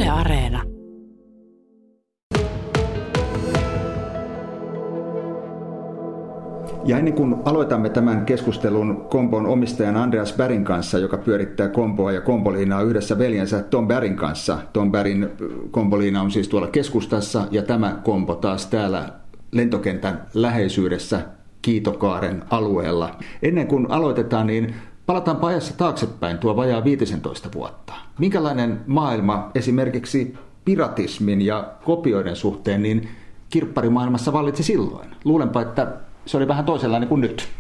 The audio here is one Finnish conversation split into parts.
Yle Areena. Ja ennen kuin aloitamme tämän keskustelun Kompon omistajan Andreas Bergin kanssa, joka pyörittää Kompoa ja Kompoliinaa yhdessä veljensä Tom Bergin kanssa. Tom Bergin Kompoliina on siis tuolla keskustassa ja tämä Kompo taas täällä lentokentän läheisyydessä Kiitokaaren alueella. Ennen kuin aloitetaan, niin palataanpa ajassa taaksepäin tuo vajaa 15 vuotta. Minkälainen maailma esimerkiksi piratismin ja kopioiden suhteen niin kirpparimaailmassa vallitsi silloin? Luulenpa, että se oli vähän toisenlainen kuin nyt.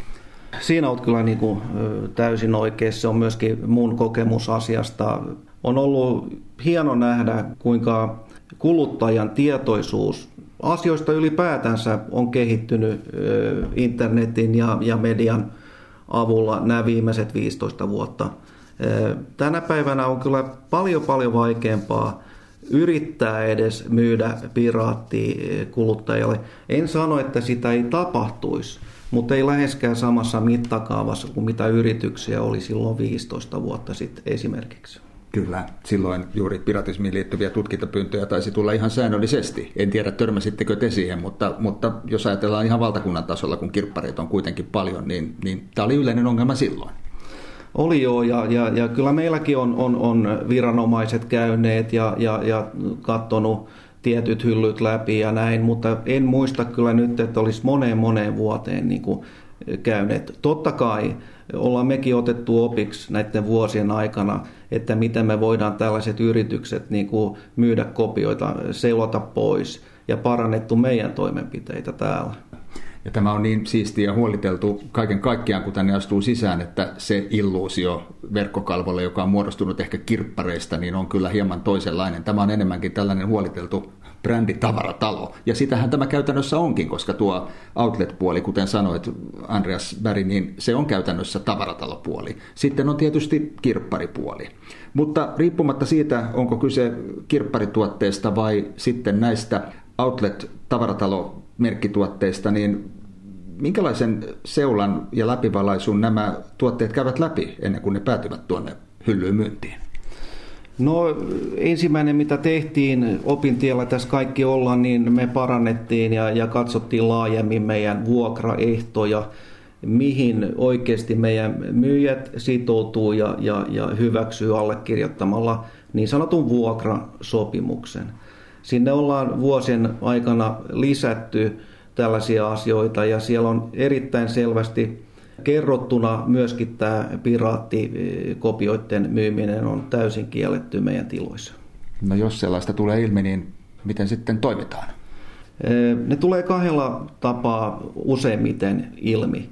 Siinä olet kyllä niin kuin täysin oikeassa. Se on myöskin mun kokemus asiasta. On ollut hieno nähdä, kuinka kuluttajan tietoisuus asioista ylipäätänsä on kehittynyt internetin ja median avulla nämä viimeiset 15 vuotta. Tänä päivänä on kyllä paljon vaikeampaa yrittää edes myydä piraattia kuluttajalle. En sano, että sitä ei tapahtuisi, mutta ei läheskään samassa mittakaavassa kuin mitä yrityksiä oli silloin 15 vuotta sitten esimerkiksi. Kyllä, silloin juuri piratismiin liittyviä tutkintapyyntöjä taisi tulla ihan säännöllisesti. En tiedä, törmäsittekö te siihen, mutta jos ajatellaan ihan valtakunnan tasolla, kun kirppareita on kuitenkin paljon, niin tämä oli yleinen ongelma silloin. Oli joo, ja kyllä meilläkin on viranomaiset käyneet ja katsonut tietyt hyllyt läpi ja näin, mutta en muista kyllä nyt, että olisi moneen vuoteen niin kuin käyneet. Totta kai ollaan mekin otettu opiksi näiden vuosien aikana, että miten me voidaan tällaiset yritykset niin kuin myydä kopioita, seulota pois ja parannettu meidän toimenpiteitä täällä. Ja tämä on niin siistiä ja huoliteltu kaiken kaikkiaan, kun tänne astuu sisään, että se illuusio verkkokalvolle, joka on muodostunut ehkä kirppareista, niin on kyllä hieman toisenlainen. Tämä on enemmänkin tällainen huoliteltu bränditavaratalo. Ja sitähän tämä käytännössä onkin, koska tuo outlet-puoli, kuten sanoit Andreas Berg, niin se on käytännössä tavaratalopuoli. Sitten on tietysti kirpparipuoli. Mutta riippumatta siitä, onko kyse kirpparituotteesta vai sitten näistä outlet-tavaratalo-merkkituotteista, niin minkälaisen seulan ja läpivalaisun nämä tuotteet käyvät läpi ennen kuin ne päätyvät tuonne hyllyyn myyntiin? No ensimmäinen mitä tehtiin opintiellä tässä kaikki ollaan, niin me parannettiin ja katsottiin laajemmin meidän vuokraehtoja, mihin oikeasti meidän myyjät sitoutuu ja hyväksyy allekirjoittamalla niin sanotun vuokrasopimuksen. Sinne ollaan vuosien aikana lisätty tällaisia asioita ja siellä on erittäin selvästi kerrottuna myöskin tämä piraattikopioiden myyminen on täysin kielletty meidän tiloissa. No jos sellaista tulee ilmi, niin miten sitten toimitaan? Ne tulee kahdella tapaa useimmiten ilmi.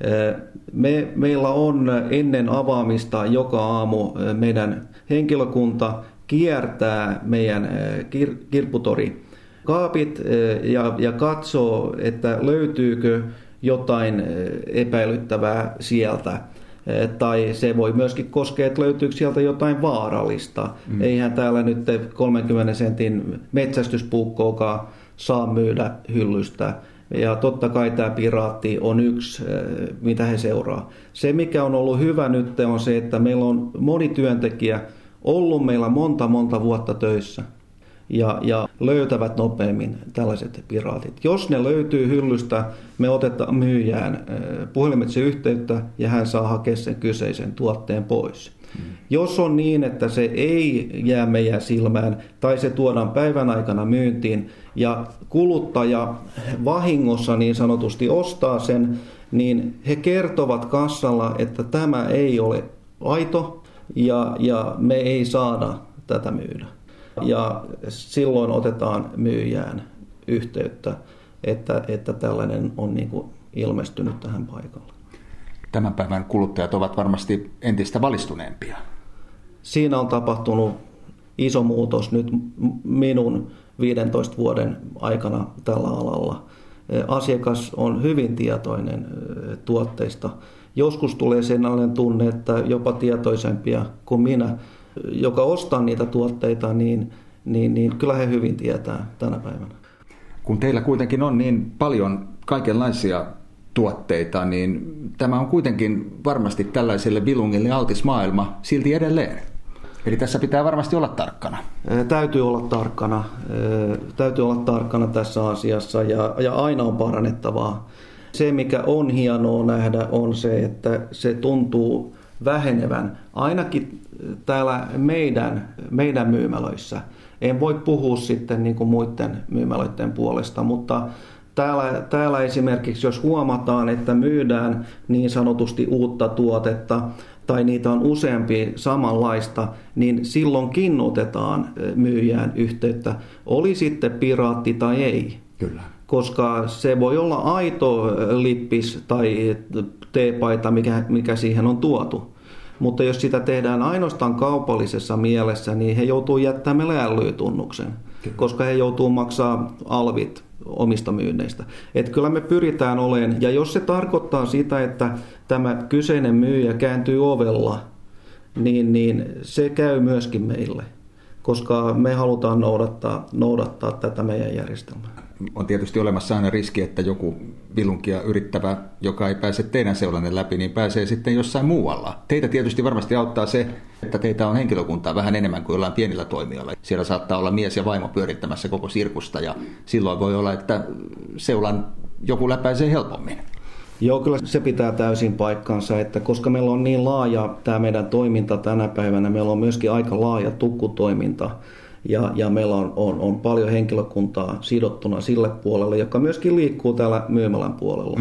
Meillä on ennen avaamista joka aamu meidän henkilökunta kiertää meidän kirpputorikaapit ja katsoo, että löytyykö jotain epäilyttävää sieltä. Tai se voi myöskin koskea, että löytyykö sieltä jotain vaarallista. Eihän täällä nyt 30 sentin metsästyspuukkoakaan saa myydä hyllystä. Ja totta kai tämä piraatti on yksi, mitä he seuraa. Se, mikä on ollut hyvä nyt, on se, että meillä on moni työntekijä ollut meillä monta vuotta töissä ja löytävät nopeammin tällaiset piraatit. Jos ne löytyy hyllystä, me otetaan myyjään puhelimitse yhteyttä ja hän saa hakea sen kyseisen tuotteen pois. Jos on niin, että se ei jää meidän silmään tai se tuodaan päivän aikana myyntiin ja kuluttaja vahingossa niin sanotusti ostaa sen, niin he kertovat kassalla, että tämä ei ole aito ja me ei saada tätä myydä. Ja silloin otetaan myyjään yhteyttä, että tällainen on niin kuin ilmestynyt tähän paikalle. Tämän päivän kuluttajat ovat varmasti entistä valistuneempia. Siinä on tapahtunut iso muutos nyt minun 15 vuoden aikana tällä alalla. Asiakas on hyvin tietoinen tuotteista. Joskus tulee sellainen tunne, että jopa tietoisempia kuin minä, joka ostaa niitä tuotteita, niin kyllä he hyvin tietää tänä päivänä. Kun teillä kuitenkin on niin paljon kaikenlaisia tuotteita, niin tämä on kuitenkin varmasti tällaiselle vilungille altis maailma silti edelleen. Eli tässä pitää varmasti olla tarkkana. Täytyy olla tarkkana tässä asiassa ja aina on parannettavaa. Se, mikä on hienoa nähdä, on se, että se tuntuu vähenevän ainakin täällä meidän myymälöissä. En voi puhua sitten niin kuin muiden myymälöiden puolesta, mutta täällä esimerkiksi, jos huomataan, että myydään niin sanotusti uutta tuotetta tai niitä on useampi samanlaista, niin silloin kinnutetaan myyjään yhteyttä, oli sitten piraatti tai ei. Kyllä. Koska se voi olla aito lippis tai teepaita, mikä siihen on tuotu. Mutta jos sitä tehdään ainoastaan kaupallisessa mielessä, niin he joutuu jättämään meille LY-tunnuksen, koska he joutuu maksaa alvit omista myynneistä. Että kyllä me pyritään olemaan, ja jos se tarkoittaa sitä, että tämä kyseinen myyjä kääntyy ovella, niin se käy myöskin meille, koska me halutaan noudattaa tätä meidän järjestelmää. On tietysti olemassa aina riski, että joku vilunkia yrittävä, joka ei pääse teidän seulanne läpi, niin pääsee sitten jossain muualla. Teitä tietysti varmasti auttaa se, että teitä on henkilökuntaa vähän enemmän kuin jollain pienillä toimijoilla. Siellä saattaa olla mies ja vaimo pyörittämässä koko sirkusta ja silloin voi olla, että seulan joku läpäisee helpommin. Joo, kyllä se pitää täysin paikkansa, että koska meillä on niin laaja tämä meidän toiminta tänä päivänä, meillä on myöskin aika laaja tukkutoiminta. Ja meillä on paljon henkilökuntaa sidottuna sille puolelle, joka myöskin liikkuu täällä myymälän puolella.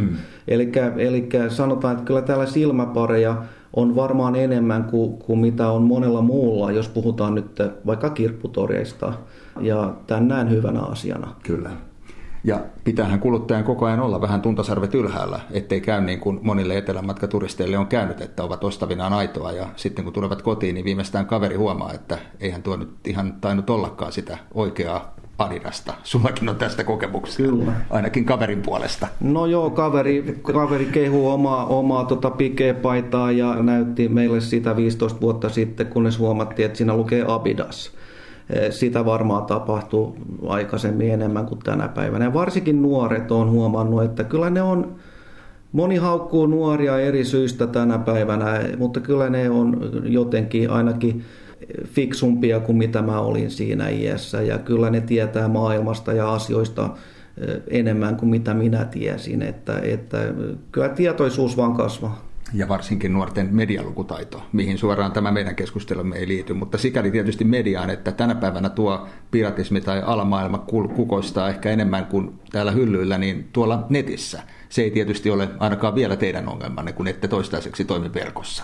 Eli sanotaan, että kyllä täällä silmäpareja on varmaan enemmän kuin mitä on monella muulla, jos puhutaan nyt vaikka kirpputoreista. Ja tämän näen hyvänä asiana. Kyllä. Ja pitäähän kuluttajan koko ajan olla vähän tuntasarvet ylhäällä, ettei käy niin kuin monille etelänmatkaturisteille on käynyt, että ovat ostavinaan aitoa ja sitten kun tulevat kotiin, niin viimeistään kaveri huomaa, että eihän tuo nyt ihan tainnut ollakaan sitä oikeaa Adidasta. Sullakin on tästä kokemuksesta, kyllä. Ainakin kaverin puolesta. No joo, kaveri kehuu omaa pikepaitaa ja näytti meille sitä 15 vuotta sitten, kunnes huomattiin, että siinä lukee Adidas. Sitä varmaan tapahtuu aikaisemmin enemmän kuin tänä päivänä. Ja varsinkin nuoret on huomannut, että kyllä ne on, moni haukkuu nuoria eri syistä tänä päivänä, mutta kyllä ne on jotenkin ainakin fiksumpia kuin mitä mä olin siinä iässä. Ja kyllä ne tietää maailmasta ja asioista enemmän kuin mitä minä tiesin. Että kyllä tietoisuus vaan kasvaa. Ja varsinkin nuorten medialukutaito, mihin suoraan tämä meidän keskustelumme ei liity. Mutta sikäli tietysti mediaan, että tänä päivänä tuo piratismi tai alamaailma kukoistaa ehkä enemmän kuin täällä hyllyillä, niin tuolla netissä. Se ei tietysti ole ainakaan vielä teidän ongelmanne, kun ette toistaiseksi toimi verkossa.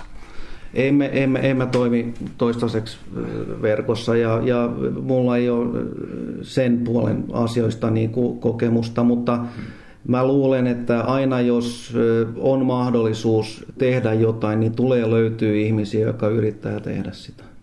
Emme toimi toistaiseksi verkossa ja mulla ei ole sen puolen asioista niin kuin kokemusta, mutta mä luulen, että aina jos on mahdollisuus tehdä jotain, niin tulee löytyä ihmisiä, jotka yrittää tehdä sitä.